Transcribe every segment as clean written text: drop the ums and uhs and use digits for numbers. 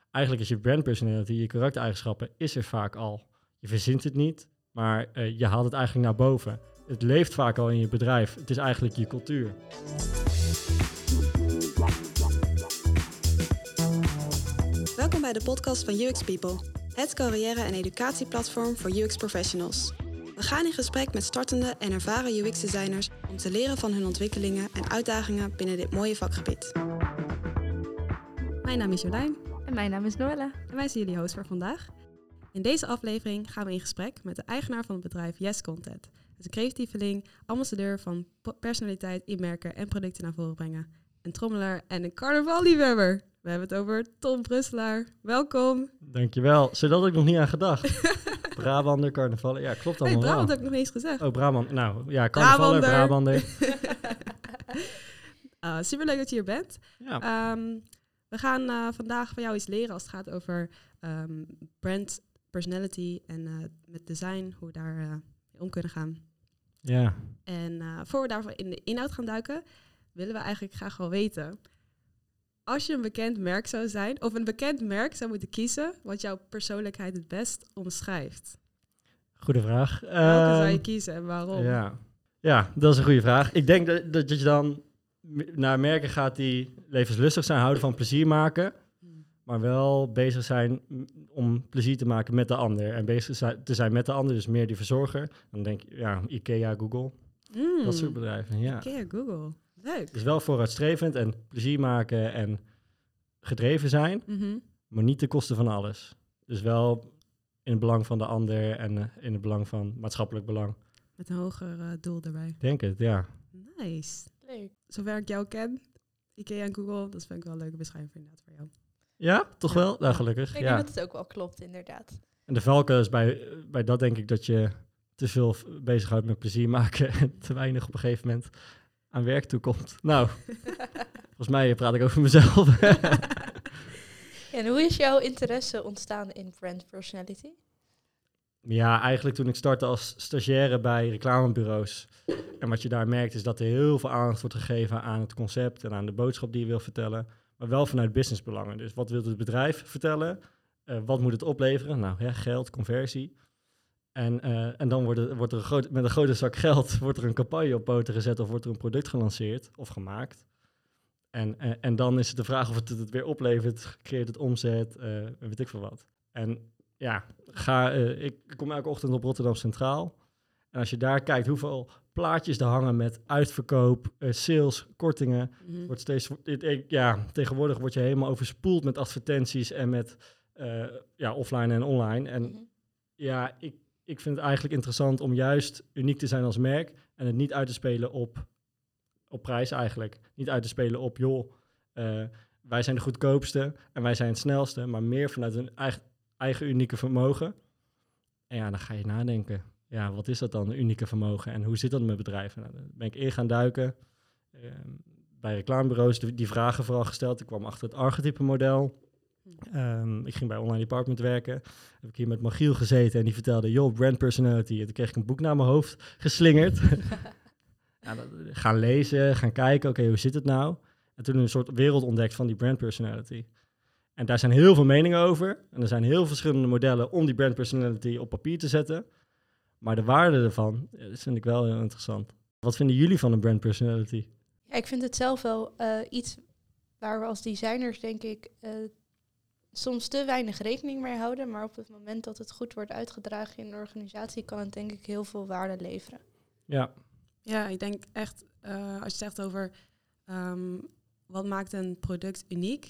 eigenlijk is je brand personality, je karaktereigenschappen, is er vaak al. Je verzint het niet, maar je haalt het eigenlijk naar boven. Het leeft vaak al in je bedrijf. Het is eigenlijk je cultuur. Welkom bij de podcast van UX People, het carrière- en educatieplatform voor UX-professionals. We gaan in gesprek met startende en ervaren UX-designers om te leren van hun ontwikkelingen en uitdagingen binnen dit mooie vakgebied. Mijn naam is Jolijn. En mijn naam is Noelle. En wij zijn jullie host voor vandaag. In deze aflevering gaan we in gesprek met de eigenaar van het bedrijf Yes Content. Het is een creatieveling, ambassadeur van personaliteit, inmerken en producten naar voren brengen. Een trommelaar en een carnavalliefhebber. We hebben het over Tom Brusselaar. Welkom. Dankjewel. Zodat had ik nog niet aan gedacht. Brabander, carnaval. Ja, klopt allemaal wel. Brabant heb ik nog niet eens gezegd. Oh, Brabant. Nou, ja, carnavaller, Brabander. Superleuk dat je hier bent. Ja. We gaan vandaag van jou iets leren als het gaat over brand personality en met design, hoe we daar mee om kunnen gaan. Ja. En voor we daarvoor in de inhoud gaan duiken, willen we eigenlijk graag wel weten, als je een bekend merk zou zijn, of een bekend merk zou moeten kiezen, wat jouw persoonlijkheid het best omschrijft. Goeie vraag. Welke zou je kiezen en waarom? Ja, dat is een goede vraag. Ik denk dat je dan naar merken gaat die levenslustig zijn, houden van plezier maken, maar wel bezig zijn om plezier te maken met de ander. En bezig te zijn met de ander, dus meer die verzorger. Dan denk ik, ja, IKEA, Google, dat soort bedrijven. Ja. IKEA, Google. Leuk. Dus wel vooruitstrevend en plezier maken en gedreven zijn, maar niet ten koste van alles. Dus wel in het belang van de ander en in het belang van maatschappelijk belang. Met een hoger doel erbij. Denk het, ja. Nice. Leuk. Zover ik jou ken, IKEA en Google, dat vind ik wel een leuke beschrijving inderdaad voor jou. Ja, toch wel? Nou, gelukkig. Ik denk dat het ook wel klopt, inderdaad. En de valkuil is bij dat denk ik dat je te veel bezighoudt met plezier maken en te weinig op een gegeven moment aan werk toekomt. Nou, volgens mij praat ik over mezelf. En hoe is jouw interesse ontstaan in brand personality? Ja, eigenlijk toen ik startte als stagiaire bij reclamebureaus. En wat je daar merkt is dat er heel veel aandacht wordt gegeven aan het concept en aan de boodschap die je wil vertellen. Maar wel vanuit businessbelangen. Dus wat wil het bedrijf vertellen? Wat moet het opleveren? Nou, ja, geld, conversie. En dan wordt er met een grote zak geld wordt er een campagne op poten gezet of wordt er een product gelanceerd of gemaakt. En dan is het de vraag of het weer oplevert, creëert het omzet, weet ik veel wat. En ja, ik kom elke ochtend op Rotterdam Centraal. En als je daar kijkt hoeveel plaatjes er hangen met uitverkoop, sales, kortingen, wordt steeds, tegenwoordig word je helemaal overspoeld met advertenties en met offline en online. En ik vind het eigenlijk interessant om juist uniek te zijn als merk en het niet uit te spelen op prijs eigenlijk. Niet uit te spelen op, wij zijn de goedkoopste en wij zijn het snelste, maar meer vanuit een eigen unieke vermogen. En ja, dan ga je nadenken. Ja, wat is dat dan, een unieke vermogen? En hoe zit dat met bedrijven? Nou, dan ben ik in gaan duiken. Bij reclamebureaus die vragen vooral gesteld. Ik kwam achter het archetype model. Ik ging bij Online Department werken. Heb ik hier met Magiel gezeten en die vertelde, brand personality. En toen kreeg ik een boek naar mijn hoofd geslingerd. Gaan lezen, gaan kijken, oké, hoe zit het nou? En toen een soort wereld ontdekt van die brand personality. En daar zijn heel veel meningen over. En er zijn heel verschillende modellen om die brand personality op papier te zetten. Maar de waarde ervan, dat vind ik wel heel interessant. Wat vinden jullie van een brand personality? Ja, ik vind het zelf wel iets waar we als designers, denk ik, soms te weinig rekening mee houden. Maar op het moment dat het goed wordt uitgedragen in een organisatie, kan het denk ik heel veel waarde leveren. Ja, ik denk echt, als je het zegt over wat maakt een product uniek.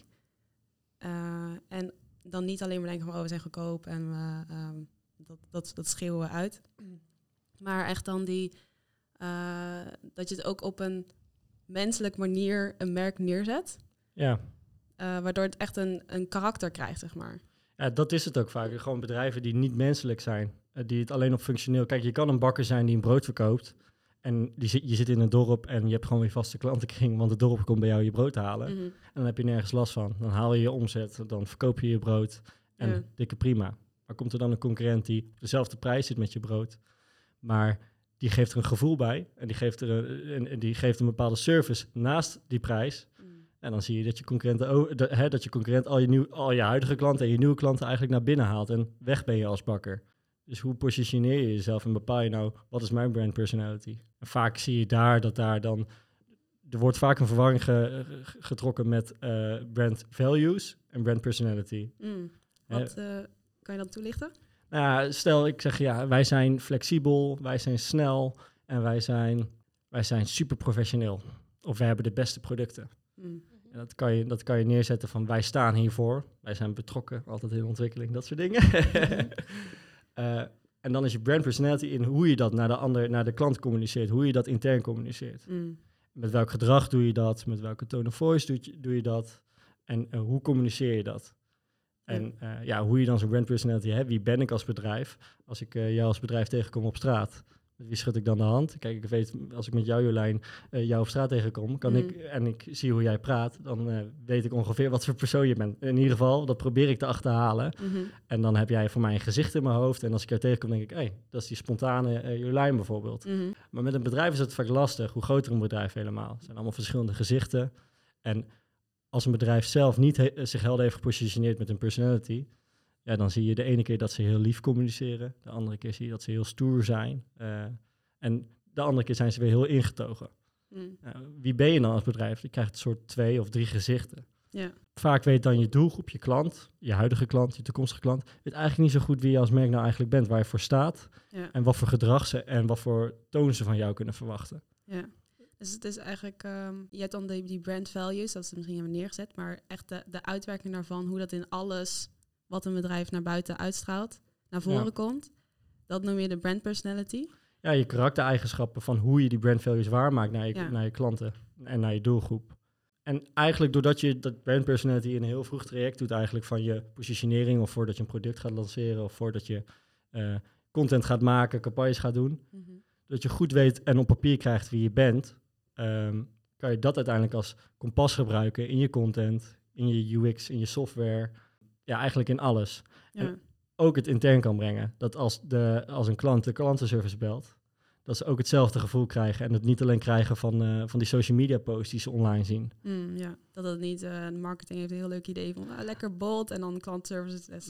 En dan niet alleen maar denken van, we zijn goedkoop en dat schreeuwen we uit. Maar echt dan dat je het ook op een menselijke manier een merk neerzet. Ja. Waardoor het echt een karakter krijgt, zeg maar. Ja, dat is het ook vaak. Gewoon bedrijven die niet menselijk zijn. Die het alleen op functioneel... Kijk, je kan een bakker zijn die een brood verkoopt. En je zit in een dorp en je hebt gewoon weer vaste klantenkring, want het dorp komt bij jou je brood halen. En dan heb je nergens last van. Dan haal je je omzet, dan verkoop je je brood en dikke prima. Maar komt er dan een concurrent die op dezelfde prijs zit met je brood, maar die geeft er een gevoel bij en die geeft een bepaalde service naast die prijs. En dan zie je dat je concurrent al je huidige klanten en je nieuwe klanten eigenlijk naar binnen haalt. En weg ben je als bakker. Dus hoe positioneer je jezelf en bepaal je nou, wat is mijn brand personality? En vaak zie je dat daar dan... Er wordt vaak een verwarring getrokken met brand values en brand personality. Wat kan je dat toelichten? Nou ja, stel, ik zeg wij zijn flexibel, wij zijn snel en wij zijn super professioneel. Of wij hebben de beste producten. En dat kan je neerzetten van wij staan hiervoor. Wij zijn betrokken, altijd in ontwikkeling, dat soort dingen. En dan is je brand personality in hoe je dat naar de klant communiceert. Hoe je dat intern communiceert. Met welk gedrag doe je dat? Met welke tone of voice doe je dat? En hoe communiceer je dat? En hoe je dan zo'n brand personality hebt. Wie ben ik als bedrijf? Als ik jou als bedrijf tegenkom op straat, met wie schud ik dan de hand? Kijk, ik weet, als ik met jou, Jolijn, jou op straat tegenkom, ik zie hoe jij praat, dan weet ik ongeveer wat voor persoon je bent. In ieder geval, dat probeer ik te achterhalen. En dan heb jij voor mij een gezicht in mijn hoofd. En als ik jou tegenkom, denk ik, dat is die spontane Jolijn bijvoorbeeld. Maar met een bedrijf is het vaak lastig. Hoe groter een bedrijf helemaal. Het zijn allemaal verschillende gezichten. En als een bedrijf zelf niet zich helder heeft gepositioneerd met een personality, dan zie je de ene keer dat ze heel lief communiceren. De andere keer zie je dat ze heel stoer zijn. En de andere keer zijn ze weer heel ingetogen. Wie ben je dan als bedrijf? Je krijgt een soort 2 of 3 gezichten. Ja. Vaak weet dan je doelgroep, je klant, je huidige klant, je toekomstige klant, weet eigenlijk niet zo goed wie je als merk nou eigenlijk bent, waar je voor staat. Ja. En wat voor gedrag ze en wat voor toon ze van jou kunnen verwachten. Ja. Dus het is eigenlijk, je hebt dan die brand values, dat is misschien hebben neergezet, maar echt de uitwerking daarvan, hoe dat in alles wat een bedrijf naar buiten uitstraalt, naar voren komt. Dat noem je de brand personality. Ja, je karaktereigenschappen van hoe je die brand values waarmaakt naar je klanten en naar je doelgroep. En eigenlijk doordat je dat brand personality in een heel vroeg traject doet eigenlijk van je positionering of voordat je een product gaat lanceren of voordat je content gaat maken, campagnes gaat doen, dat je goed weet en op papier krijgt wie je bent, kan je dat uiteindelijk als kompas gebruiken in je content, in je UX, in je software, eigenlijk in alles. Ja. En ook het intern kan brengen. Dat als een klant de klantenservice belt, dat ze ook hetzelfde gevoel krijgen en het niet alleen krijgen van die social media posts die ze online zien. Dat het niet, de marketing heeft een heel leuk idee van lekker bold en dan klantservice.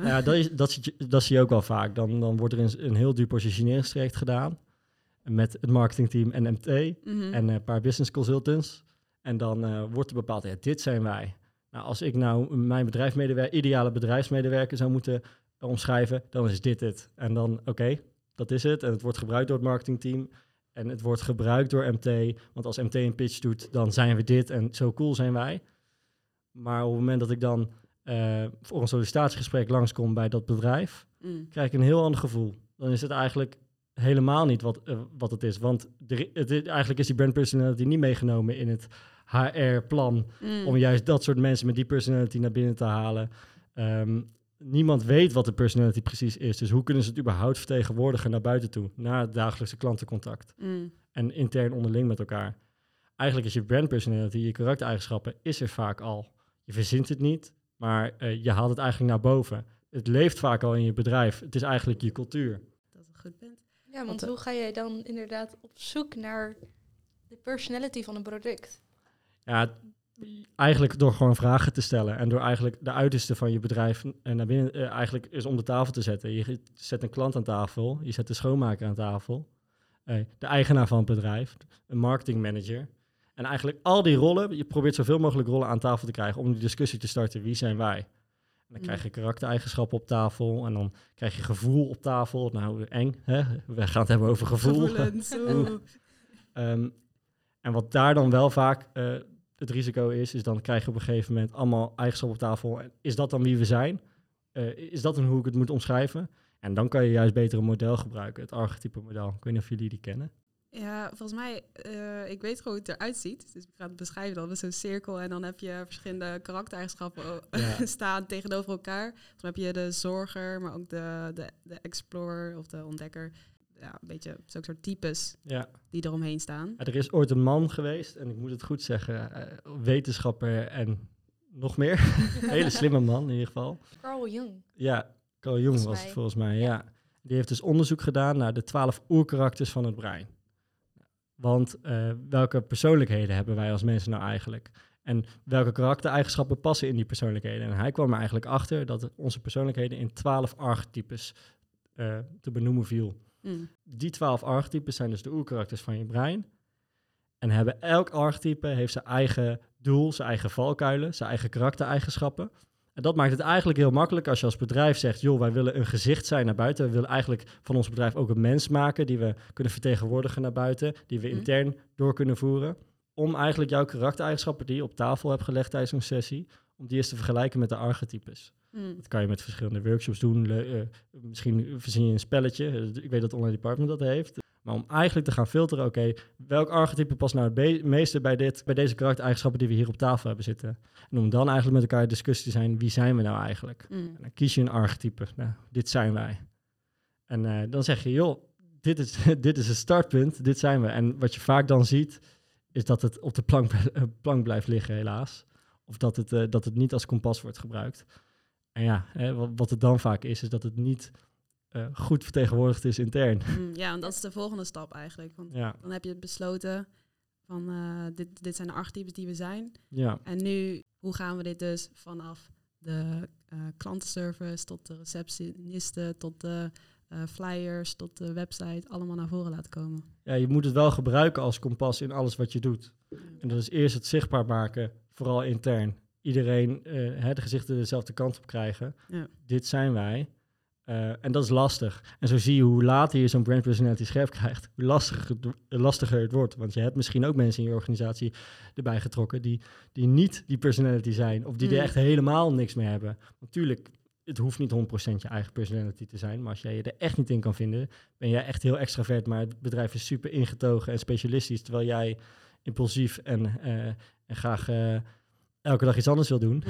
Dat zie je ook wel vaak. Dan wordt er een heel duur positioneringstraject gedaan met het marketingteam en MT en een paar business consultants. En dan wordt er bepaald, dit zijn wij. Nou, als ik nou mijn ideale bedrijfsmedewerker zou moeten omschrijven, dan is dit het. En dan, dat is het. En het wordt gebruikt door het marketingteam. En het wordt gebruikt door MT. Want als MT een pitch doet, dan zijn we dit. En zo cool zijn wij. Maar op het moment dat ik dan voor een sollicitatiegesprek langskom bij dat bedrijf, krijg ik een heel ander gevoel. Dan is het eigenlijk helemaal niet wat het is. Want eigenlijk is die brand personality niet meegenomen in het HR-plan om juist dat soort mensen met die personality naar binnen te halen. Niemand weet wat de personality precies is. Dus hoe kunnen ze het überhaupt vertegenwoordigen naar buiten toe? Naar het dagelijkse klantencontact. En intern onderling met elkaar. Eigenlijk is je brand personality, je karaktereigenschappen, is er vaak al. Je verzint het niet, maar je haalt het eigenlijk naar boven. Het leeft vaak al in je bedrijf. Het is eigenlijk je cultuur. Dat is een goed punt. Ja, want hoe ga jij dan inderdaad op zoek naar de personality van een product? Ja, eigenlijk door gewoon vragen te stellen en door eigenlijk de uiterste van je bedrijf naar binnen eigenlijk eens om de tafel te zetten. Je zet een klant aan tafel, je zet de schoonmaker aan tafel, de eigenaar van het bedrijf, een marketingmanager. En eigenlijk al die rollen, je probeert zoveel mogelijk rollen aan tafel te krijgen om die discussie te starten. Wie zijn wij? En dan krijg je karaktereigenschappen op tafel en dan krijg je gevoel op tafel. Nou, eng, hè? We gaan het hebben over gevoel. En wat daar dan wel vaak het risico is dan krijg je op een gegeven moment allemaal eigenschappen op tafel. En is dat dan wie we zijn? Is dat dan hoe ik het moet omschrijven? En dan kan je juist beter een model gebruiken, het archetype model. Ik weet niet of jullie die kennen. Ja, volgens mij, ik weet gewoon hoe het eruit ziet. Dus ik ga het beschrijven dan met zo'n cirkel. En dan heb je verschillende karaktereigenschappen staan tegenover elkaar. Dan heb je de zorger, maar ook de explorer of de ontdekker. Ja, een beetje zo'n soort types die eromheen staan. Ja, er is ooit een man geweest, en ik moet het goed zeggen, wetenschapper en nog meer. Hele slimme man in ieder geval. Carl Jung. Ja, Carl Jung was het volgens mij, ja. Die heeft dus onderzoek gedaan naar de 12 oerkarakters van het brein. Want welke persoonlijkheden hebben wij als mensen nou eigenlijk? En welke karaktereigenschappen passen in die persoonlijkheden. En hij kwam er eigenlijk achter dat onze persoonlijkheden in 12 archetypes te benoemen viel. Die 12 archetypes zijn dus de oerkarakters van je brein. En hebben elk archetype heeft zijn eigen doel, zijn eigen valkuilen, zijn eigen karaktereigenschappen. En dat maakt het eigenlijk heel makkelijk als je als bedrijf zegt, joh, wij willen een gezicht zijn naar buiten. We willen eigenlijk van ons bedrijf ook een mens maken die we kunnen vertegenwoordigen naar buiten, die we intern door kunnen voeren. Om eigenlijk jouw karaktereigenschappen die je op tafel hebt gelegd tijdens een sessie, om die eens te vergelijken met de archetypes. Dat kan je met verschillende workshops doen. Misschien verzin je een spelletje. Ik weet dat Online Department dat heeft. Maar om eigenlijk te gaan filteren, oké, welk archetype past nou het meeste bij deze karaktereigenschappen die we hier op tafel hebben zitten. En om dan eigenlijk met elkaar in discussie te zijn, wie zijn we nou eigenlijk? En dan kies je een archetype. Nou, dit zijn wij. En dan zeg je, joh, dit is het startpunt, dit zijn we. En wat je vaak dan ziet, is dat het op de plank blijft liggen, helaas. Of dat het niet als kompas wordt gebruikt. En ja, wat het dan vaak is dat het niet goed vertegenwoordigd is intern. Ja, en dat is de volgende stap eigenlijk. Want dan heb je besloten van dit zijn de archetypes die we zijn. Ja. En nu, hoe gaan we dit dus vanaf de klantenservice tot de receptionisten, tot de flyers, tot de website, allemaal naar voren laten komen. Ja, je moet het wel gebruiken als kompas in alles wat je doet. En dat is eerst het zichtbaar maken, vooral intern. Iedereen de gezichten dezelfde kant op krijgen. Ja. Dit zijn wij. En dat is lastig. En zo zie je hoe later je zo'n brand personality scherp krijgt, hoe lastiger het wordt. Want je hebt misschien ook mensen in je organisatie erbij getrokken die niet die personality zijn. Of die er echt helemaal niks mee hebben. Natuurlijk, het hoeft niet 100% je eigen personality te zijn. Maar als jij je er echt niet in kan vinden, ben jij echt heel extravert. Maar het bedrijf is super ingetogen en specialistisch. Terwijl jij impulsief en graag elke dag iets anders wil doen.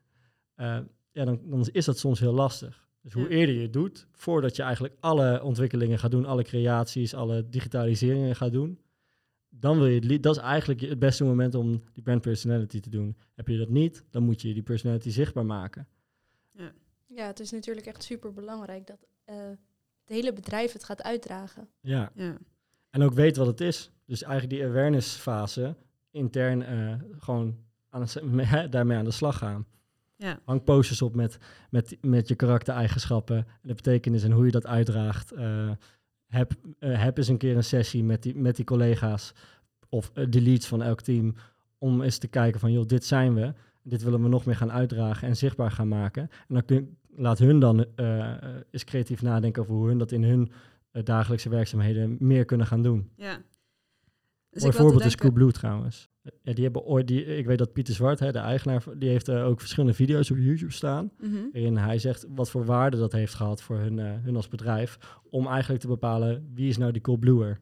Dan is dat soms heel lastig. Dus hoe eerder je het doet, voordat je eigenlijk alle ontwikkelingen gaat doen, alle creaties, alle digitaliseringen gaat doen, dan wil je dat is eigenlijk het beste moment om die brand personality te doen. Heb je dat niet, dan moet je die personality zichtbaar maken. Ja, het is natuurlijk echt super belangrijk dat het hele bedrijf het gaat uitdragen. Ja. En ook weet wat het is. Dus eigenlijk die awareness fase intern gewoon daarmee aan de slag gaan. Ja. Hang posters op met je karaktereigenschappen en de betekenis en hoe je dat uitdraagt. Heb eens een keer een sessie met die collega's of de leads van elk team om eens te kijken van, joh, dit zijn we. Dit willen we nog meer gaan uitdragen en zichtbaar gaan maken. En dan laat hun dan eens creatief nadenken over hoe hun dat in hun dagelijkse werkzaamheden meer kunnen gaan doen. Ja. Dus mooi voorbeeld is Coolblue trouwens. Ja, die hebben ooit, ik weet dat Pieter Zwart, de eigenaar, die heeft ook verschillende video's op YouTube staan. Waarin hij zegt wat voor waarde dat heeft gehad voor hun als bedrijf. Om eigenlijk te bepalen wie is nou die Coolbluer.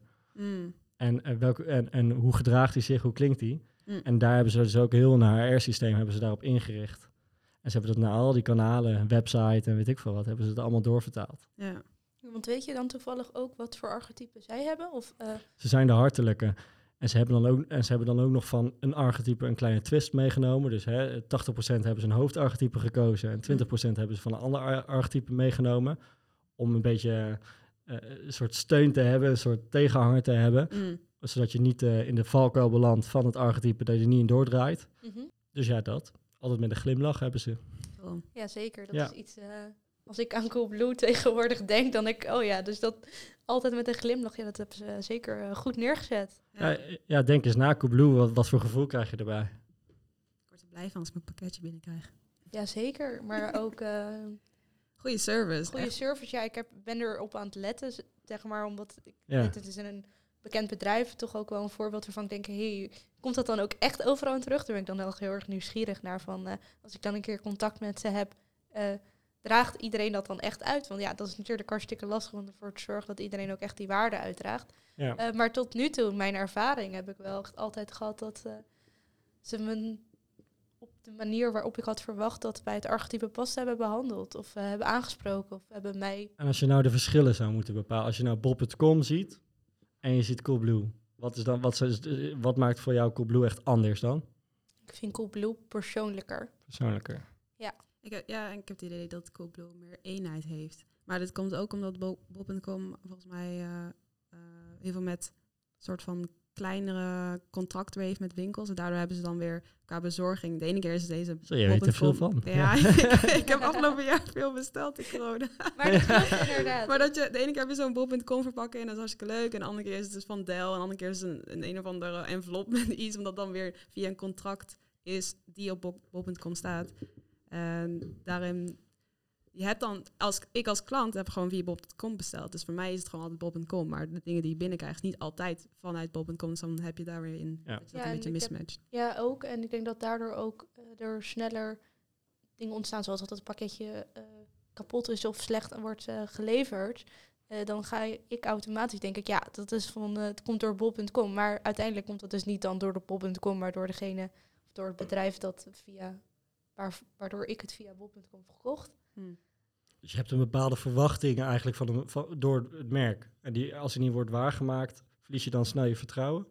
En hoe gedraagt hij zich, hoe klinkt hij. En daar hebben ze dus ook heel een HR-systeem hebben ze daarop ingericht. En ze hebben dat naar al die kanalen, website en weet ik veel wat, hebben ze het allemaal doorvertaald. Ja. Want weet je dan toevallig ook wat voor archetypen zij hebben? Of, Ze zijn de hartelijke. En ze hebben dan ook nog van een archetype een kleine twist meegenomen. Dus 80% hebben ze een hoofdarchetype gekozen en 20% hebben ze van een ander archetype meegenomen. Om een beetje een soort steun te hebben, een soort tegenhanger te hebben. Zodat je niet in de valkuil belandt van het archetype dat je er niet in doordraait. Dus ja, dat. Altijd met een glimlach hebben ze. Ja, zeker. Dat is iets... Als ik aan Coolblue tegenwoordig denk, dan denk ik, oh ja, dus dat altijd met een glimlach, ja, dat hebben ze zeker goed neergezet. Ja, denk eens na Coolblue, wat voor gevoel krijg je erbij? Ik word er blij van als ik mijn pakketje binnenkrijg. Ja, zeker, maar ook... goede service. Goede service, ja, ik ben erop aan het letten, zeg maar, omdat het is een bekend bedrijf, toch ook wel een voorbeeld waarvan ik denk, hey, komt dat dan ook echt overal in terug? Daar ben ik dan heel erg nieuwsgierig naar, van als ik dan een keer contact met ze heb... draagt iedereen dat dan echt uit? Want ja, dat is natuurlijk hartstikke lastig om ervoor te zorgen dat iedereen ook echt die waarde uitdraagt. Ja. Maar tot nu toe, mijn ervaring, heb ik wel echt altijd gehad dat ze me op de manier waarop ik had verwacht dat bij het archetype past hebben behandeld. Of hebben aangesproken. Of hebben mij... En als je nou de verschillen zou moeten bepalen. Als je nou Bob.com ziet en je ziet Coolblue. Wat maakt voor jou Coolblue echt anders dan? Ik vind Coolblue persoonlijker. Persoonlijker. Ja. Ik heb het idee dat Coolblue meer eenheid heeft. Maar dit komt ook omdat Bob.com volgens mij heel veel met soort van kleinere contracten heeft met winkels. En daardoor hebben ze dan weer qua bezorging. De ene keer is deze Zo, je weet er veel van. Ja, ik heb afgelopen jaar veel besteld in corona. Maar dat klopt inderdaad. Maar dat je de ene keer heb je zo'n bol.com verpakking en dat is hartstikke leuk. En de andere keer is het dus van Dell. En de andere keer is het een of andere envelop met iets. Omdat dan weer via een contract is die op bol.com staat. En daarin... Je hebt dan, als klant heb gewoon via bol.com besteld. Dus voor mij is het gewoon altijd bol.com. Maar de dingen die je binnenkrijgt, niet altijd vanuit bol.com. Dus dan heb je daar weer in dat een beetje mismatcht. Ja, ook. En ik denk dat daardoor ook er sneller dingen ontstaan. Zoals dat het pakketje kapot is of slecht wordt geleverd. Dan ik automatisch denk ja, dat is het komt door bol.com. Maar uiteindelijk komt dat dus niet dan door de bol.com, maar door degene, of door het bedrijf dat waardoor ik het via bol.com verkocht. Dus je hebt een bepaalde verwachting eigenlijk door het merk. En als die niet wordt waargemaakt, verlies je dan snel je vertrouwen?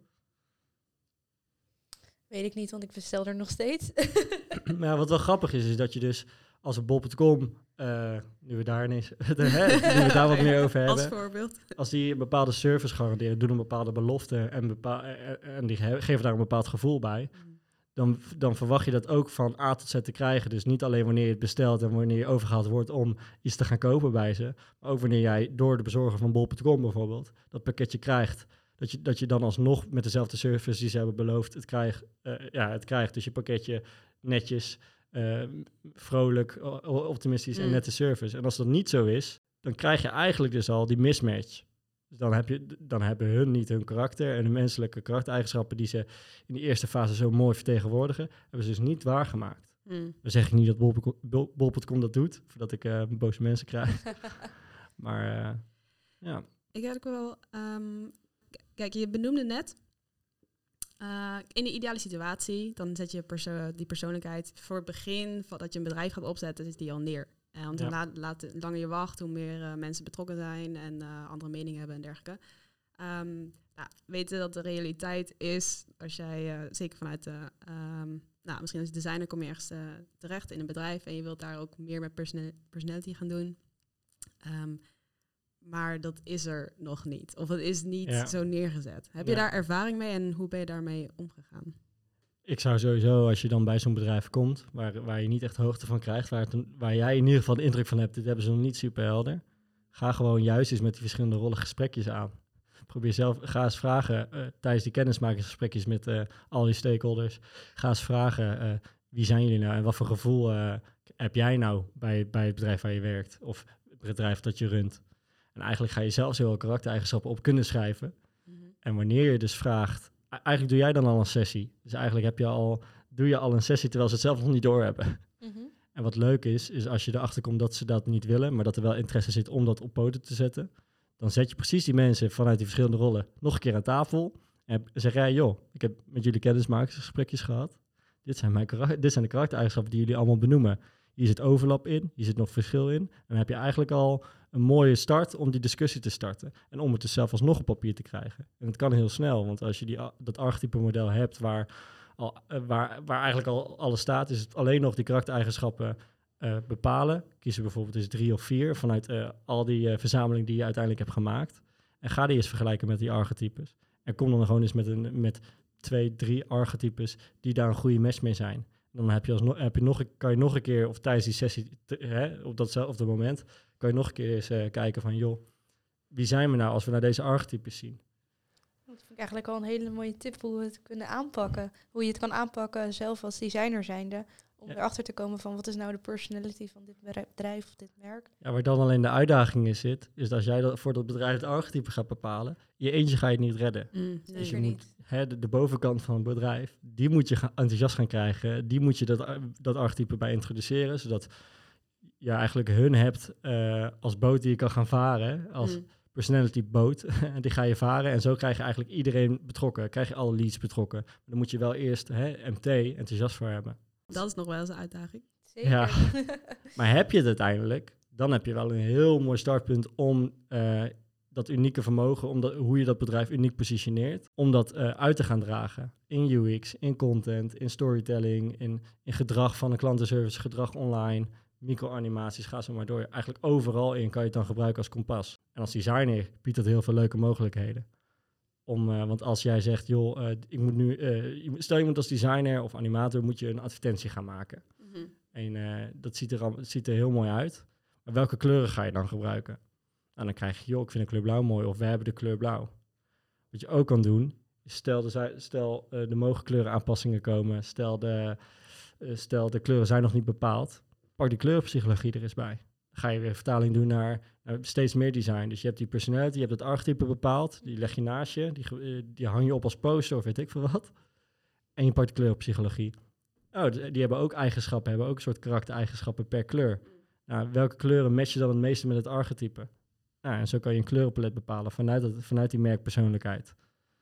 Weet ik niet, want ik bestel er nog steeds. Maar wat wel grappig is dat je dus als een bol.com, nu we daar wat meer over hebben. Als voorbeeld. Als die een bepaalde service garanderen, doen een bepaalde belofte en die geven daar een bepaald gevoel bij. Dan verwacht je dat ook van A tot Z te krijgen. Dus niet alleen wanneer je het bestelt en wanneer je overgehaald wordt om iets te gaan kopen bij ze. Maar ook wanneer jij door de bezorger van bol.com bijvoorbeeld dat pakketje krijgt. Dat je dan alsnog met dezelfde service die ze hebben beloofd het krijgt. Dus je pakketje netjes, vrolijk, optimistisch en nette service. En als dat niet zo is, dan krijg je eigenlijk dus al die mismatch. Dus dan hebben hun niet hun karakter en de menselijke karaktereigenschappen die ze in die eerste fase zo mooi vertegenwoordigen, hebben ze dus niet waargemaakt. Dan zeg ik niet dat bol.com dat doet, voordat ik boze mensen krijg. Maar ja. Ik heb ook wel... kijk, je benoemde net... in de ideale situatie, dan zet je die persoonlijkheid voor het begin, dat je een bedrijf gaat opzetten, is die al neer. Want hoe langer je wacht, hoe meer mensen betrokken zijn en andere meningen hebben en dergelijke. Weten dat de realiteit is, als jij zeker vanuit misschien als designer kom je ergens terecht in een bedrijf en je wilt daar ook meer met personality gaan doen. Maar dat is er nog niet. Of het is niet zo neergezet. Heb je daar ervaring mee en hoe ben je daarmee omgegaan? Ik zou sowieso, als je dan bij zo'n bedrijf komt, waar je niet echt hoogte van krijgt, waar jij in ieder geval de indruk van hebt, dit hebben ze nog niet super helder. Ga gewoon juist eens met die verschillende rollen gesprekjes aan. Ga eens vragen tijdens die kennismakingsgesprekjes met al die stakeholders. Ga eens vragen, wie zijn jullie nou en wat voor gevoel heb jij nou bij het bedrijf waar je werkt of het bedrijf dat je runt. En eigenlijk ga je zelf zoveel karaktereigenschappen op kunnen schrijven. Mm-hmm. En wanneer je dus vraagt, eigenlijk doe jij dan al een sessie. Dus eigenlijk doe je al een sessie terwijl ze het zelf nog niet doorhebben. Mm-hmm. En wat leuk is als je erachter komt dat ze dat niet willen, maar dat er wel interesse zit om dat op poten te zetten, dan zet je precies die mensen vanuit die verschillende rollen nog een keer aan tafel en zeg jij, joh, ik heb met jullie kennismakingsgesprekjes gehad. Dit zijn de karaktereigenschappen die jullie allemaal benoemen. Hier zit overlap in, hier zit nog verschil in. En dan heb je eigenlijk al een mooie start om die discussie te starten. En om het dus zelf alsnog op papier te krijgen. En het kan heel snel, want als je dat archetype model hebt waar eigenlijk al alles staat, is het alleen nog die karaktereigenschappen bepalen. Kiezen bijvoorbeeld eens 3 of 4 vanuit al die verzameling die je uiteindelijk hebt gemaakt. En ga die eens vergelijken met die archetypes. En kom dan gewoon eens met 2, 3 archetypes die daar een goede match mee zijn. Dan kan je nog een keer, of tijdens die sessie, op datzelfde moment, kan je nog een keer eens kijken van, joh, wie zijn we nou als we naar deze archetypes zien? Dat vind ik eigenlijk al een hele mooie tip hoe we het kunnen aanpakken. Hoe je het kan aanpakken zelf als designer zijnde. Om erachter te komen van wat is nou de personality van dit bedrijf of dit merk. Ja, waar dan alleen de uitdaging in zit, is dat als jij voor dat bedrijf het archetype gaat bepalen, je eentje ga je het niet redden. Dus je moet de bovenkant van het bedrijf, die moet je enthousiast gaan krijgen. Die moet je dat archetype bij introduceren, zodat je eigenlijk hun hebt als boot die je kan gaan varen, als personality boot. Die ga je varen en zo krijg je eigenlijk iedereen betrokken. Krijg je alle leads betrokken. Maar dan moet je wel eerst MT enthousiast voor hebben. Dat is nog wel eens een uitdaging. Zeker. Ja. Maar heb je het uiteindelijk, dan heb je wel een heel mooi startpunt om dat unieke vermogen, hoe je dat bedrijf uniek positioneert, om dat uit te gaan dragen. In UX, in content, in storytelling, in gedrag van een klantenservice, gedrag online, micro-animaties, ga zo maar door. Eigenlijk overal in kan je het dan gebruiken als kompas. En als designer biedt dat heel veel leuke mogelijkheden Want als jij zegt, joh, ik moet nu... stel je moet als designer of animator moet je een advertentie gaan maken. En dat ziet er heel mooi uit. Maar welke kleuren ga je dan gebruiken? Nou, dan krijg je, joh, ik vind de kleur blauw mooi. Of we hebben de kleur blauw. Wat je ook kan doen, is stel de mogen kleurenaanpassingen komen. Stel de kleuren zijn nog niet bepaald. Pak die kleurenpsychologie er eens bij. Dan ga je weer vertaling doen naar steeds meer design. Dus je hebt die personality, je hebt het archetype bepaald. Die leg je naast je. Die hang je op als poster of weet ik veel wat. En je pakt de kleurenpsychologie. Oh, die hebben ook eigenschappen. Hebben ook een soort karaktereigenschappen per kleur. Nou, welke kleuren match je dan het meeste met het archetype? Nou, en zo kan je een kleurenpalet bepalen vanuit die merkpersoonlijkheid.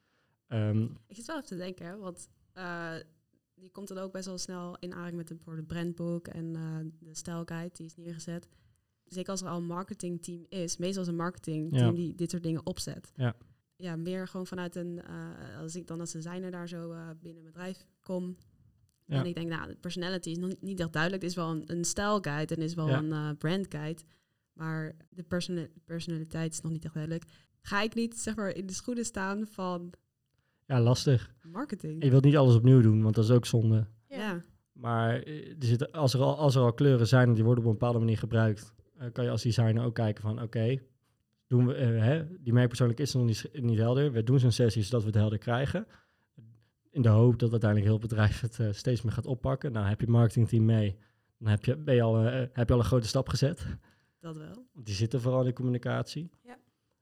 Ik zit wel even te denken, hè, want die komt dan ook best wel snel in aanraking met het brandboek en de stijlguide die is neergezet. Zeker als er al een marketingteam is, meestal is een marketingteam die dit soort dingen opzet. Ja, meer gewoon vanuit als ik dan als designer daar zo binnen een bedrijf kom. En ik denk, de personality is nog niet echt duidelijk. Het is wel een stijlguide en is wel een brandguide. Maar de personaliteit is nog niet echt duidelijk. Ga ik niet, zeg maar, in de schoenen staan van... Ja, lastig. Marketing. Je wilt niet alles opnieuw doen, want dat is ook zonde. Ja. Maar als er al kleuren zijn en die worden op een bepaalde manier gebruikt, kan je als designer ook kijken van, oké, doen we, die merkpersoonlijk is nog niet helder. We doen zo'n sessie zodat we het helder krijgen. In de hoop dat uiteindelijk heel het bedrijf het steeds meer gaat oppakken. Nou, heb je marketingteam mee, dan heb je al een grote stap gezet. Dat wel. Die zitten vooral in de communicatie. Ja.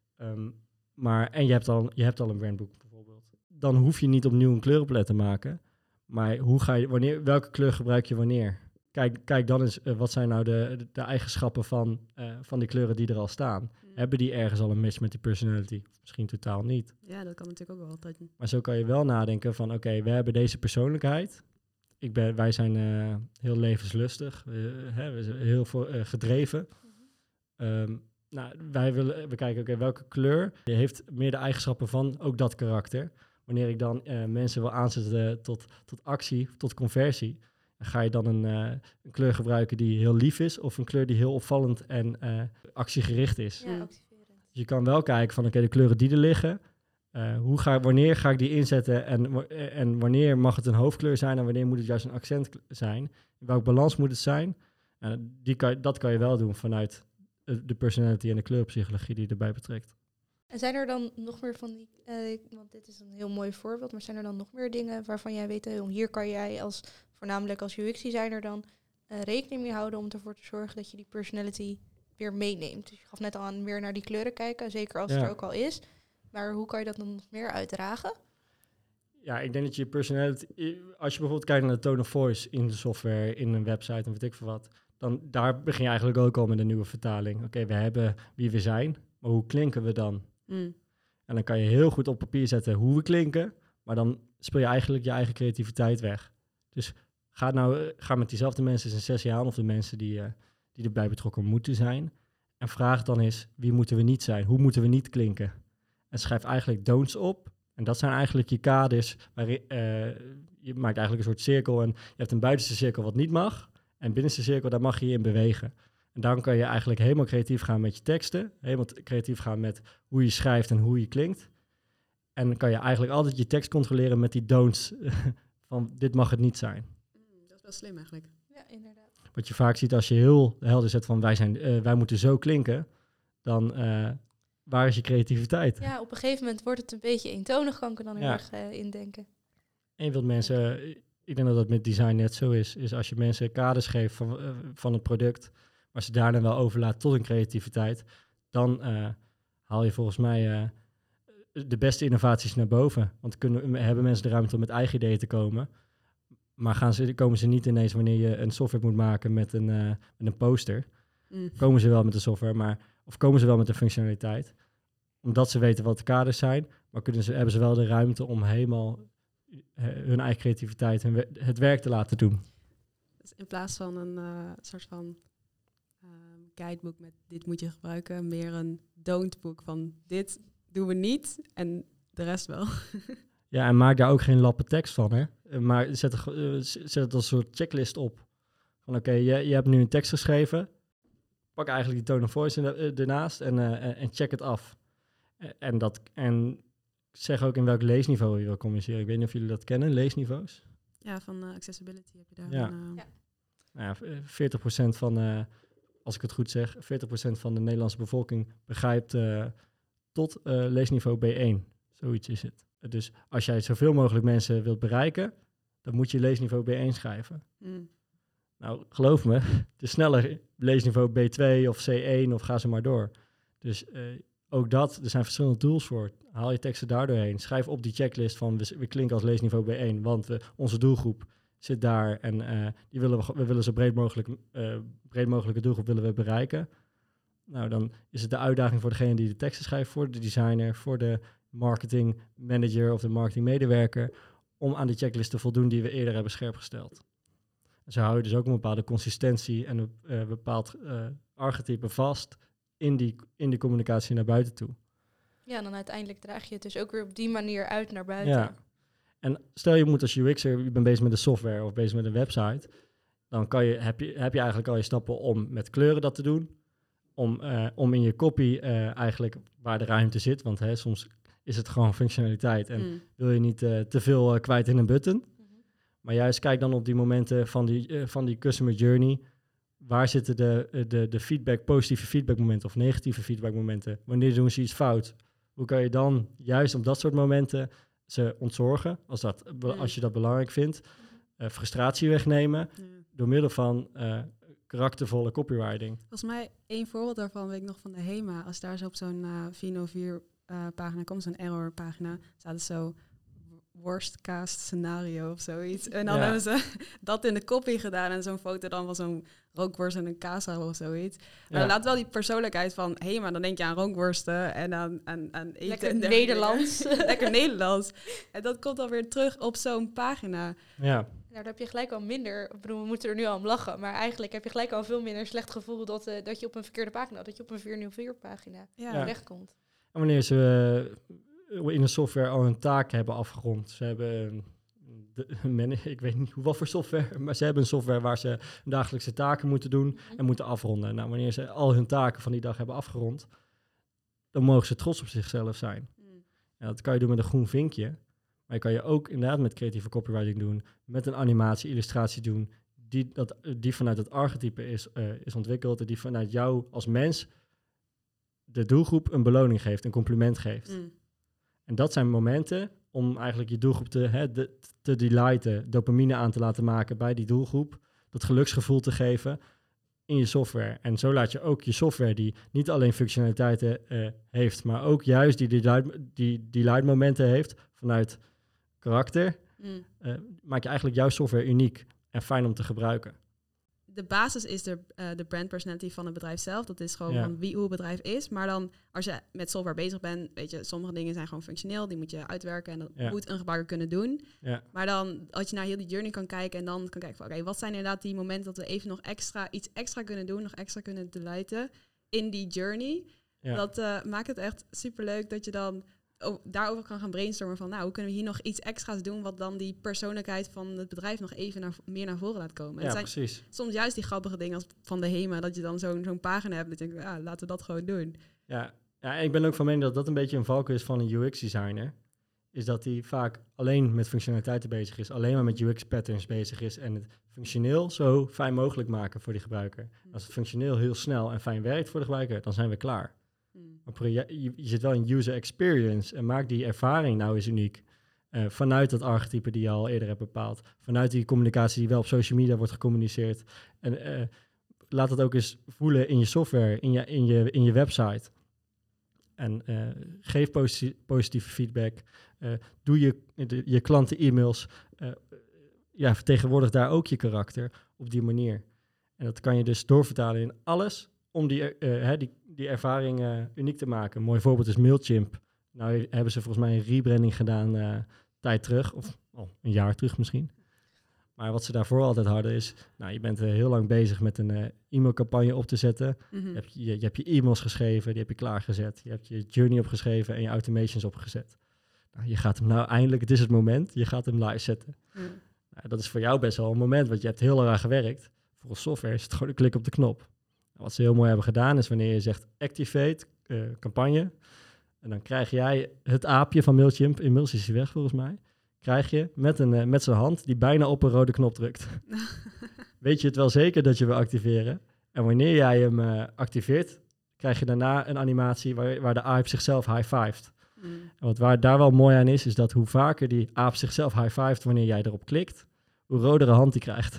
En je hebt al een brandboek bijvoorbeeld. Dan hoef je niet opnieuw een kleurenpalet te maken. Maar welke kleur gebruik je wanneer? Kijk dan eens, wat zijn nou de eigenschappen van die kleuren die er al staan? Hebben die ergens al een match met die personality? Misschien totaal niet. Ja, dat kan natuurlijk ook wel altijd. Maar zo kan je wel nadenken van, oké, we hebben deze persoonlijkheid. Wij zijn heel levenslustig. We zijn heel gedreven. We kijken, oké, welke kleur heeft meer de eigenschappen van ook dat karakter. Wanneer ik dan mensen wil aanzetten tot actie, tot conversie, ga je dan een kleur gebruiken die heel lief is of een kleur die heel opvallend en actiegericht is. Ja, activerend. Dus je kan wel kijken van, oké, de kleuren die er liggen, wanneer ga ik die inzetten en wanneer mag het een hoofdkleur zijn en wanneer moet het juist een accent zijn? In welke balans moet het zijn? Dat kan je wel doen vanuit de personality en de kleurpsychologie die je erbij betrekt. En zijn er dan nog meer van die, want dit is een heel mooi voorbeeld, maar zijn er dan nog meer dingen waarvan jij weet, hier kan jij voornamelijk als UX-designer dan rekening mee houden om ervoor te zorgen dat je die personality weer meeneemt? Dus je gaf net al aan meer naar die kleuren kijken, zeker als het er ook al is. Maar hoe kan je dat dan nog meer uitdragen? Ja, ik denk dat je personality, als je bijvoorbeeld kijkt naar de tone of voice in de software, in een website en weet ik veel wat, dan daar begin je eigenlijk ook al met een nieuwe vertaling. Oké, we hebben wie we zijn, maar hoe klinken we dan? En dan kan je heel goed op papier zetten hoe we klinken, maar dan speel je eigenlijk je eigen creativiteit weg. Dus ga met diezelfde mensen eens een sessie aan, of de mensen die erbij betrokken moeten zijn. En vraag dan eens, wie moeten we niet zijn? Hoe moeten we niet klinken? En schrijf eigenlijk don'ts op. En dat zijn eigenlijk je kaders. Waarin, je maakt eigenlijk een soort cirkel. En je hebt een buitenste cirkel wat niet mag. En binnenste cirkel, daar mag je in bewegen. En daarom kan je eigenlijk helemaal creatief gaan met je teksten. Helemaal creatief gaan met hoe je schrijft en hoe je klinkt. En dan kan je eigenlijk altijd je tekst controleren met die don'ts. Van dit mag het niet zijn. Dat is wel slim eigenlijk. Ja, inderdaad. Wat je vaak ziet als je heel helder zet van wij moeten zo klinken. Dan waar is je creativiteit? Ja, op een gegeven moment wordt het een beetje eentonig, kan ik er dan heel erg indenken. En je wilt mensen, ik denk dat dat met design net zo is als je mensen kaders geeft van het product, maar ze daarna wel overlaat tot een creativiteit, dan haal je volgens mij de beste innovaties naar boven. Want hebben mensen de ruimte om met eigen ideeën te komen, maar komen ze niet ineens wanneer je een software moet maken met een poster. Komen ze wel met de software, of komen ze wel met de functionaliteit, omdat ze weten wat de kaders zijn, maar hebben ze wel de ruimte om helemaal hun eigen creativiteit en het werk te laten doen. Dus in plaats van een soort van guideboek met dit moet je gebruiken, meer een don't-boek van dit doen we niet en de rest wel. Ja, en maak daar ook geen lappen tekst van, hè. Maar zet het als een soort checklist op. Van oké, je hebt nu een tekst geschreven, pak eigenlijk die tone of voice ernaast en check het af. En zeg ook in welk leesniveau je wil communiceren. Ik weet niet of jullie dat kennen, leesniveaus. Ja, van accessibility heb je daar. Ja. Nou ja, 40% van, als ik het goed zeg, 40% van de Nederlandse bevolking begrijpt tot leesniveau B1. Zoiets is het. Dus als jij zoveel mogelijk mensen wilt bereiken, dan moet je leesniveau B1 schrijven. Nou, geloof me, het is sneller leesniveau B2 of C1 of ga ze maar door. Dus ook dat, er zijn verschillende tools voor. Haal je teksten daar doorheen. Schrijf op die checklist van we klinken als leesniveau B1, want onze doelgroep zit daar en we willen zo breed mogelijke doelgroep willen we bereiken. Nou, dan is het de uitdaging voor degene die de teksten schrijft, voor de designer, voor de marketing manager of de marketingmedewerker, om aan die checklist te voldoen die we eerder hebben scherp gesteld. En zo hou je dus ook een bepaalde consistentie en een bepaald archetype vast in die communicatie naar buiten toe. Ja, en dan uiteindelijk draag je het dus ook weer op die manier uit naar buiten. Ja. En stel je moet als UX'er, je bent bezig met de software of bezig met een website, dan heb je eigenlijk al je stappen om met kleuren dat te doen, om in je copy eigenlijk waar de ruimte zit, want soms is het gewoon functionaliteit en wil je niet te veel kwijt in een button. Maar juist kijk dan op die momenten van die customer journey. Waar zitten de feedback, positieve feedbackmomenten of negatieve feedbackmomenten? Wanneer doen ze iets fout? Hoe kan je dan juist op dat soort momenten ze ontzorgen, als je dat belangrijk vindt? Frustratie wegnemen door middel van karaktervolle copywriting. Volgens mij, één voorbeeld daarvan weet ik nog van de HEMA. Als daar zo op zo'n 404 pagina komt, zo'n error pagina, staat het zo worst cast scenario of zoiets. En dan hebben ze dat in de copy gedaan en zo'n foto dan van zo'n rookworst en een kaashaal of zoiets. Maar dan laat wel die persoonlijkheid van, maar dan denk je aan rookworsten en aan eten. Lekker Nederlands. Lekker Nederlands. En dat komt dan weer terug op zo'n pagina. Ja. Nou, daar heb je gelijk al minder, ik bedoel, we moeten er nu al om lachen, maar eigenlijk heb je gelijk al veel minder slecht gevoel dat je op een verkeerde pagina, dat je op een 404 pagina terechtkomt. En wanneer ze in de software al hun taak hebben afgerond. Ze hebben, ik weet niet wat voor software, maar ze hebben een software waar ze hun dagelijkse taken moeten doen en moeten afronden. Nou, wanneer ze al hun taken van die dag hebben afgerond, dan mogen ze trots op zichzelf zijn. En dat kan je doen met een groen vinkje, maar je kan je ook inderdaad met creatieve copywriting doen, met een animatie, illustratie doen, die vanuit het archetype is ontwikkeld en die vanuit jou als mens de doelgroep een beloning geeft, een compliment geeft. En dat zijn momenten om eigenlijk je doelgroep te delighten, dopamine aan te laten maken bij die doelgroep, dat geluksgevoel te geven in je software. En zo laat je ook je software die niet alleen functionaliteiten heeft, maar ook juist die delight momenten heeft vanuit karakter, maak je eigenlijk jouw software uniek en fijn om te gebruiken. De basis is de brand personality van het bedrijf zelf. Dat is gewoon van hoe het bedrijf is. Maar dan, als je met software bezig bent, weet je, sommige dingen zijn gewoon functioneel. Die moet je uitwerken en dat moet een gebruiker kunnen doen. Ja. Maar dan, als je naar heel die journey kan kijken en dan kan kijken van, oké, wat zijn inderdaad die momenten dat we even nog iets extra kunnen doen, nog extra kunnen delighten in die journey. Ja. Dat maakt het echt superleuk dat je dan daarover kan gaan brainstormen van, hoe kunnen we hier nog iets extra's doen wat dan die persoonlijkheid van het bedrijf nog even meer naar voren laat komen. Ja, precies. Soms juist die grappige dingen als van de HEMA, dat je dan zo'n pagina hebt en denk laten we dat gewoon doen. Ja, ik ben ook van mening dat dat een beetje een valkuil is van een UX-designer. Is dat hij vaak alleen met functionaliteiten bezig is, alleen maar met UX-patterns bezig is en het functioneel zo fijn mogelijk maken voor die gebruiker. Als het functioneel heel snel en fijn werkt voor de gebruiker, dan zijn we klaar. Maar je zit wel in user experience en maak die ervaring nou eens uniek. Vanuit dat archetype die je al eerder hebt bepaald. Vanuit die communicatie die wel op social media wordt gecommuniceerd. En laat het ook eens voelen in je software, in je website. En geef positieve feedback. Doe je klanten e-mails. Vertegenwoordig daar ook je karakter op die manier. En dat kan je dus doorvertalen in alles om die ervaring uniek te maken. Een mooi voorbeeld is Mailchimp. Nou hebben ze volgens mij een rebranding gedaan tijd terug, of een jaar terug misschien. Maar wat ze daarvoor altijd hadden is, je bent heel lang bezig met een e-mailcampagne op te zetten. Mm-hmm. Je hebt je e-mails geschreven, die heb je klaargezet. Je hebt je journey opgeschreven en je automations opgezet. Je gaat hem eindelijk, het is het moment, je gaat hem live zetten. Mm. Dat is voor jou best wel een moment, want je hebt heel lang aan gewerkt. Voor een software is het gewoon een klik op de knop. Wat ze heel mooi hebben gedaan is wanneer je zegt activate, campagne, En dan krijg jij het aapje van Mailchimp, inmiddels is hij weg volgens mij, krijg je met zijn hand die bijna op een rode knop drukt. Weet je het wel zeker dat je wil activeren? En wanneer jij hem activeert, krijg je daarna een animatie waar de aap zichzelf high-fived. En wat daar wel mooi aan is dat hoe vaker die aap zichzelf high-fived wanneer jij erop klikt, hoe rodere hand hij krijgt.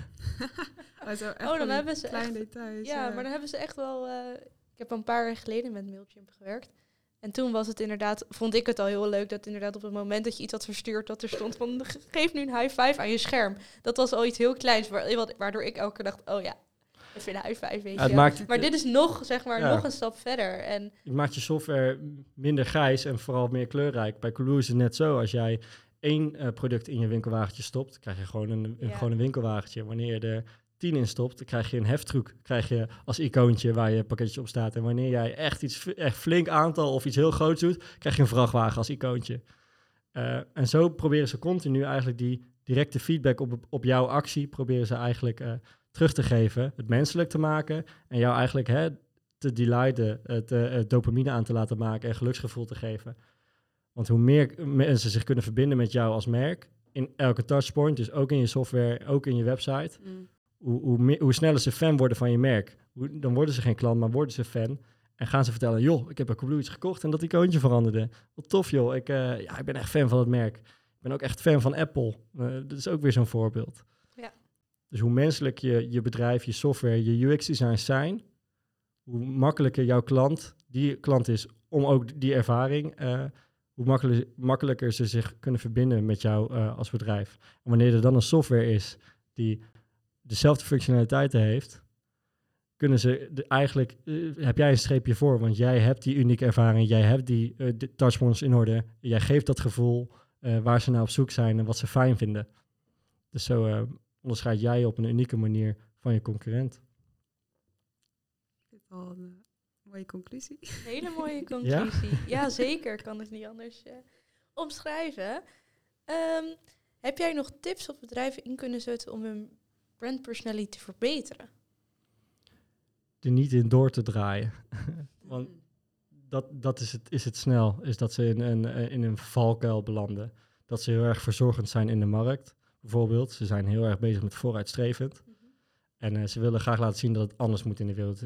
Dan hebben ze kleine echt... details. Ja, maar dan hebben ze echt wel... ik heb een paar jaar geleden met Mailchimp gewerkt. En toen was het inderdaad, vond ik het al heel leuk dat inderdaad op het moment dat je iets had verstuurd, dat er stond van geef nu een high five aan je scherm. Dat was al iets heel kleins, waardoor ik elke keer dacht, oh ja, even een high five, weet je. Maar dit is nog, zeg maar, nog een stap verder. En het maakt je software minder grijs en vooral meer kleurrijk. Bij Cooloo is het net zo, als jij 1 product in je winkelwagentje stopt, krijg je gewoon een winkelwagentje. Wanneer je er 10 in stopt, dan krijg je een heftruck, krijg je als icoontje waar je pakketjes op staat. En wanneer jij echt flink aantal of iets heel groots doet, krijg je een vrachtwagen als icoontje. En zo proberen ze continu eigenlijk die directe feedback op jouw actie, proberen ze eigenlijk terug te geven, het menselijk te maken en jou eigenlijk te delighten, het dopamine aan te laten maken en geluksgevoel te geven. Want hoe meer mensen zich kunnen verbinden met jou als merk, in elke touchpoint, dus ook in je software, ook in je website, hoe sneller ze fan worden van je merk. Dan worden ze geen klant, maar worden ze fan. En gaan ze vertellen, joh, ik heb bij Cooloo iets gekocht en dat icoontje veranderde. Wat tof, joh. Ik ben echt fan van het merk. Ik ben ook echt fan van Apple. Dat is ook weer zo'n voorbeeld. Ja. Dus hoe menselijk je bedrijf, je software, je UX-designs zijn, hoe makkelijker jouw die klant is om ook die ervaring, hoe makkelijker ze zich kunnen verbinden met jou als bedrijf. En wanneer er dan een software is die dezelfde functionaliteiten heeft, kunnen ze eigenlijk, heb jij een streepje voor, want jij hebt die unieke ervaring, jij hebt die touchpoints in orde, jij geeft dat gevoel waar ze naar op zoek zijn en wat ze fijn vinden. Dus zo onderscheid jij op een unieke manier van je concurrent. Dit is al een mooie conclusie. Hele mooie conclusie. Ja, zeker. Kan het niet anders omschrijven. Heb jij nog tips wat bedrijven in kunnen zetten om hun brand personality te verbeteren? Er niet in door te draaien. Want dat is het snel. Is dat ze in een valkuil belanden. Dat ze heel erg verzorgend zijn in de markt. Bijvoorbeeld, ze zijn heel erg bezig met vooruitstrevend. En ze willen graag laten zien dat het anders moet in de wereld.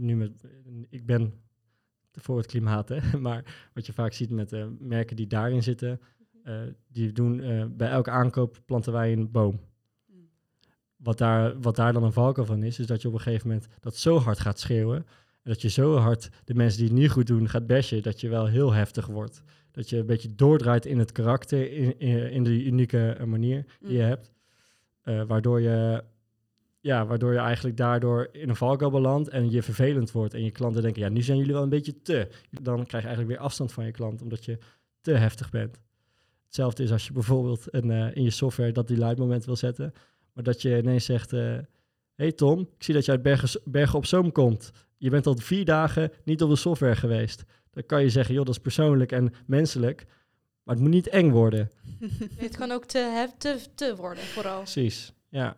Ik ben voor het klimaat, hè? Maar wat je vaak ziet met merken die daarin zitten, die doen bij elke aankoop planten wij een boom. Wat daar dan een valkuil van is dat je op een gegeven moment dat zo hard gaat schreeuwen, en dat je zo hard de mensen die het niet goed doen gaat bashen, dat je wel heel heftig wordt. Dat je een beetje doordraait in het karakter, in de unieke manier die je hebt. Waardoor je eigenlijk daardoor in een valkuil belandt en je vervelend wordt. En je klanten denken, ja, nu zijn jullie wel een beetje te. Dan krijg je eigenlijk weer afstand van je klant, omdat je te heftig bent. Hetzelfde is als je bijvoorbeeld in je software dat delight moment wil zetten, maar dat je ineens zegt, hey Tom, ik zie dat je uit Bergen op Zoom komt. Je bent al 4 dagen niet op de software geweest. Dan kan je zeggen, joh, dat is persoonlijk en menselijk, maar het moet niet eng worden. Nee, het kan ook te worden, vooral. Precies, ja.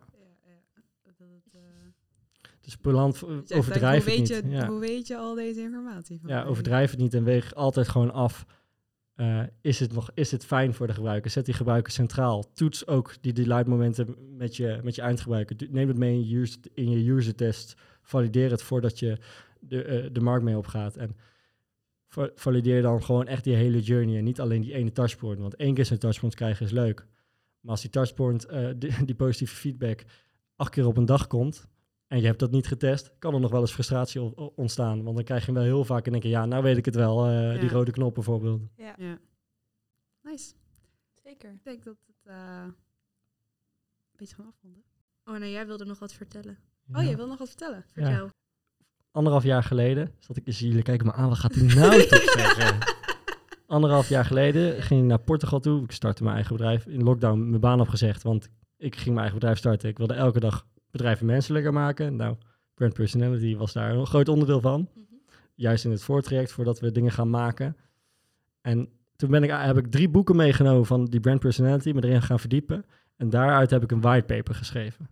Dus overdrijf het niet. Hoe weet je al deze informatie? Ja, overdrijf het niet en weeg altijd gewoon af. Is het fijn voor de gebruiker? Zet die gebruiker centraal. Toets ook die delight momenten met je eindgebruiker. Neem het mee in je user test. Valideer het voordat je de markt mee opgaat. En valideer dan gewoon echt die hele journey en niet alleen die ene touchpoint. Want 1 keer zo'n touchpoint krijgen is leuk. Maar als die touchpoint, die positieve feedback 8 keer op een dag komt en je hebt dat niet getest, kan er nog wel eens frustratie ontstaan. Want dan krijg je hem wel heel vaak en denk je, ja, nou weet ik het wel. Die rode knop bijvoorbeeld. Ja. Nice. Zeker. Ik denk dat het een beetje gaan afronden. Oh nee, jij wilde nog wat vertellen. Ja. Oh, je wil nog wat vertellen? Vertel. 1,5 jaar geleden zat ik, jullie kijken me aan, wat gaat hij nou toch zeggen? 1,5 jaar geleden ging ik naar Portugal toe. Ik startte mijn eigen bedrijf. In lockdown mijn baan opgezegd, want ik ging mijn eigen bedrijf starten. Ik wilde elke dag bedrijven menselijker maken. Nou, brand personality was daar een groot onderdeel van. Juist in het voortraject, voordat we dingen gaan maken. En toen heb ik 3 boeken meegenomen van die brand personality, me erin gaan verdiepen. En daaruit heb ik een whitepaper geschreven.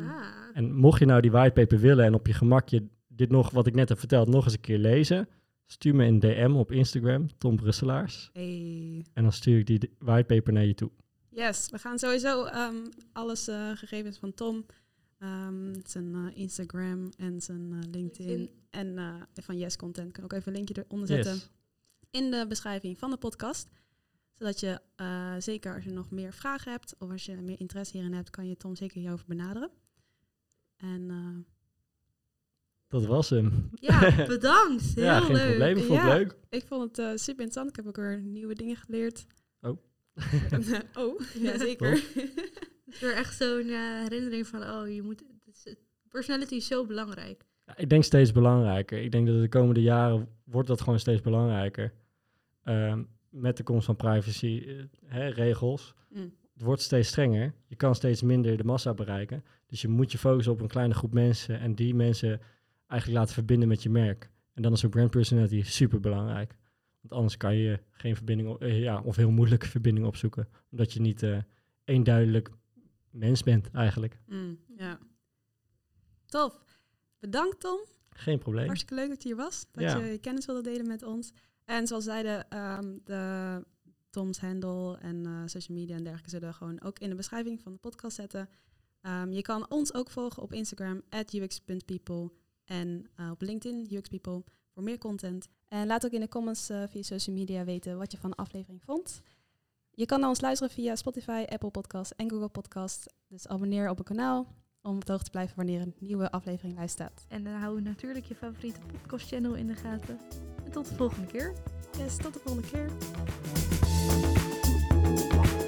En mocht je nou die whitepaper willen en op je gemakje dit nog, wat ik net heb verteld, nog eens een keer lezen, stuur me een DM op Instagram, Tom Brusselaars. Hey. En dan stuur ik die whitepaper naar je toe. Yes, we gaan sowieso alles gegevens van Tom, zijn Instagram en zijn LinkedIn en van Yes Content, kan ook even een linkje eronder zetten in de beschrijving van de podcast. Zodat je zeker als je nog meer vragen hebt of als je meer interesse hierin hebt, kan je Tom zeker hierover benaderen. En dat was hem. ja, bedankt. Heel geen leuk. probleem. Ik vond het leuk. Ik vond het super interessant. Ik heb ook weer nieuwe dingen geleerd. Oh. Ja, zeker. Het is weer echt zo'n herinnering van, je moet... Personality is zo belangrijk. Ja, ik denk steeds belangrijker. Ik denk dat de komende jaren wordt dat gewoon steeds belangrijker. Met de komst van privacy, regels. Het wordt steeds strenger. Je kan steeds minder de massa bereiken. Dus je moet je focussen op een kleine groep mensen en die mensen eigenlijk laten verbinden met je merk. En dan is een brand personality super belangrijk. Want anders kan je geen verbinding of heel moeilijke verbinding opzoeken. Omdat je niet één duidelijk mens bent eigenlijk. Ja. Tof. Bedankt Tom. Geen probleem. Hartstikke leuk dat je hier was. Dat je je kennis wilde delen met ons. En zoals zeiden, de Tom's handle en social media en dergelijke zullen we gewoon ook in de beschrijving van de podcast zetten. Je kan ons ook volgen op Instagram @ux.people en op LinkedIn UXPeople voor meer content. En laat ook in de comments via social media weten wat je van de aflevering vond. Je kan naar ons luisteren via Spotify, Apple Podcasts en Google Podcasts. Dus abonneer op het kanaal om op de hoogte te blijven wanneer een nieuwe aflevering live staat. En dan hou natuurlijk je favoriete podcast channel in de gaten. En tot de volgende keer. Yes, tot de volgende keer.